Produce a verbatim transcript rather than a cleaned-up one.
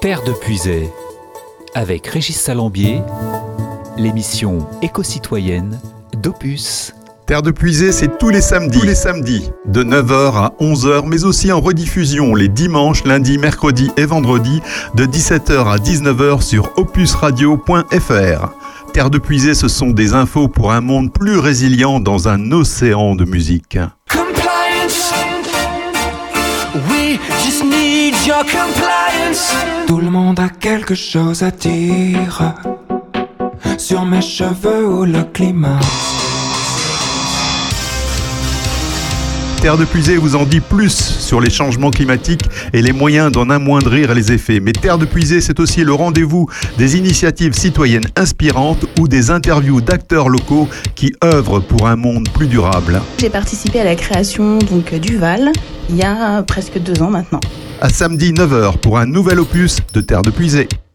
Terre de Puisay, avec Régis Salambier, l'émission éco-citoyenne d'Opus. Terre de Puisay, c'est tous les samedis, tous les samedis, de neuf heures à onze heures, mais aussi en rediffusion les dimanches, lundis, mercredis et vendredis, de dix-sept heures à dix-neuf heures sur opus radio point f r. Terre de Puisay, ce sont des infos pour un monde plus résilient dans un océan de musique. Compliance. We just need your compliance. Tout le monde a quelque chose à dire sur mes cheveux ou le climat. Terre de Puisay vous en dit plus sur les changements climatiques et les moyens d'en amoindrir les effets. Mais Terre de Puisay, c'est aussi le rendez-vous des initiatives citoyennes inspirantes ou des interviews d'acteurs locaux qui œuvrent pour un monde plus durable. J'ai participé à la création donc, du Val il y a presque deux ans maintenant. À samedi neuf heures pour un nouvel opus de Terre de Puisay.